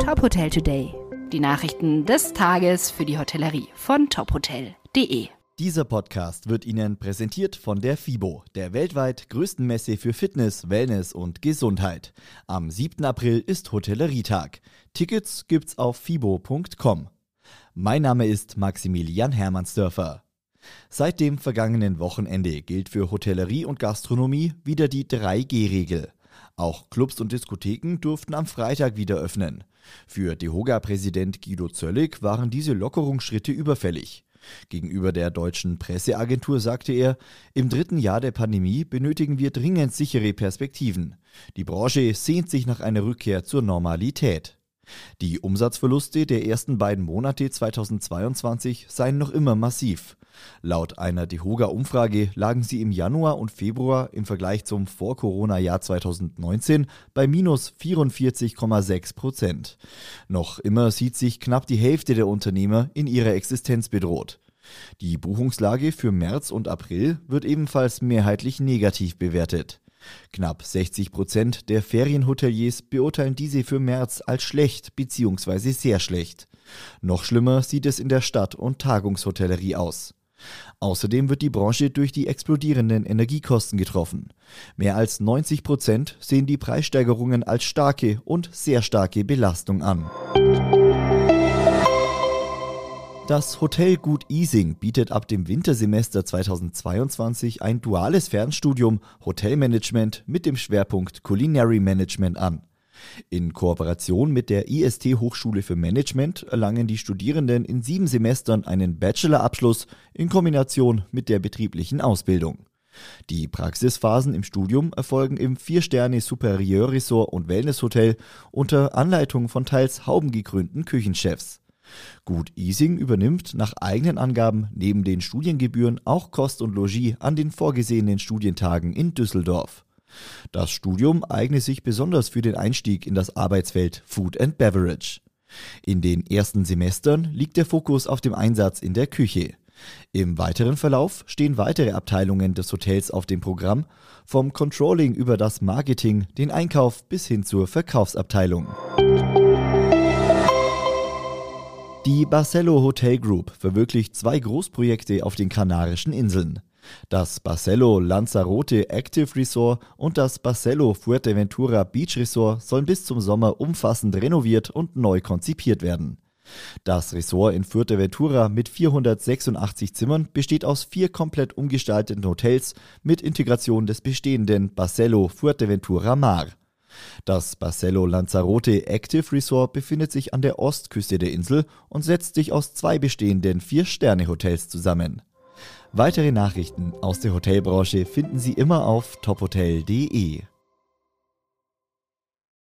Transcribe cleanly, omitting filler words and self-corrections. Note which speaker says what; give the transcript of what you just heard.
Speaker 1: Top Hotel Today. Die Nachrichten des Tages für die Hotellerie von tophotel.de.
Speaker 2: Dieser Podcast wird Ihnen präsentiert von der FIBO, der weltweit größten Messe für Fitness, Wellness und Gesundheit. Am 7. April ist Hotellerietag. Tickets gibt's auf fibo.com. Mein Name ist Maximilian Hermannsdörfer. Seit dem vergangenen Wochenende gilt für Hotellerie und Gastronomie wieder die 3G-Regel. Auch Clubs und Diskotheken durften am Freitag wieder öffnen. Für DEHOGA-Präsident Guido Zöllig waren diese Lockerungsschritte überfällig. Gegenüber der deutschen Presseagentur sagte er, im 3. Jahr der Pandemie benötigen wir dringend sichere Perspektiven. Die Branche sehnt sich nach einer Rückkehr zur Normalität. Die Umsatzverluste der ersten beiden Monate 2022 seien noch immer massiv. Laut einer DEHOGA-Umfrage lagen sie im Januar und Februar im Vergleich zum Vor-Corona-Jahr 2019 bei minus 44,6%. Noch immer sieht sich knapp die Hälfte der Unternehmer in ihrer Existenz bedroht. Die Buchungslage für März und April wird ebenfalls mehrheitlich negativ bewertet. Knapp 60% der Ferienhoteliers beurteilen diese für März als schlecht bzw. sehr schlecht. Noch schlimmer sieht es in der Stadt- und Tagungshotellerie aus. Außerdem wird die Branche durch die explodierenden Energiekosten getroffen. Mehr als 90% sehen die Preissteigerungen als starke und sehr starke Belastung an. Das Hotel Gut Ising bietet ab dem Wintersemester 2022 ein duales Fernstudium Hotelmanagement mit dem Schwerpunkt Culinary Management an. In Kooperation mit der IST Hochschule für Management erlangen die Studierenden in 7 Semestern einen Bachelorabschluss in Kombination mit der betrieblichen Ausbildung. Die Praxisphasen im Studium erfolgen im 4-Sterne Superieur Resort und Wellnesshotel unter Anleitung von teils haubengekrönten Küchenchefs. Gut Ising übernimmt nach eigenen Angaben neben den Studiengebühren auch Kost und Logis an den vorgesehenen Studientagen in Düsseldorf. Das Studium eigne sich besonders für den Einstieg in das Arbeitsfeld Food and Beverage. In den ersten Semestern liegt der Fokus auf dem Einsatz in der Küche. Im weiteren Verlauf stehen weitere Abteilungen des Hotels auf dem Programm, vom Controlling über das Marketing, den Einkauf bis hin zur Verkaufsabteilung. Die Barcelo Hotel Group verwirklicht 2 Großprojekte auf den Kanarischen Inseln. Das Barcelo Lanzarote Active Resort und das Barcelo Fuerteventura Beach Resort sollen bis zum Sommer umfassend renoviert und neu konzipiert werden. Das Resort in Fuerteventura mit 486 Zimmern besteht aus 4 komplett umgestalteten Hotels mit Integration des bestehenden Barcelo Fuerteventura Mar. Das Barcelo Lanzarote Active Resort befindet sich an der Ostküste der Insel und setzt sich aus 2 bestehenden 4-Sterne-Hotels zusammen. Weitere Nachrichten aus der Hotelbranche finden Sie immer auf tophotel.de.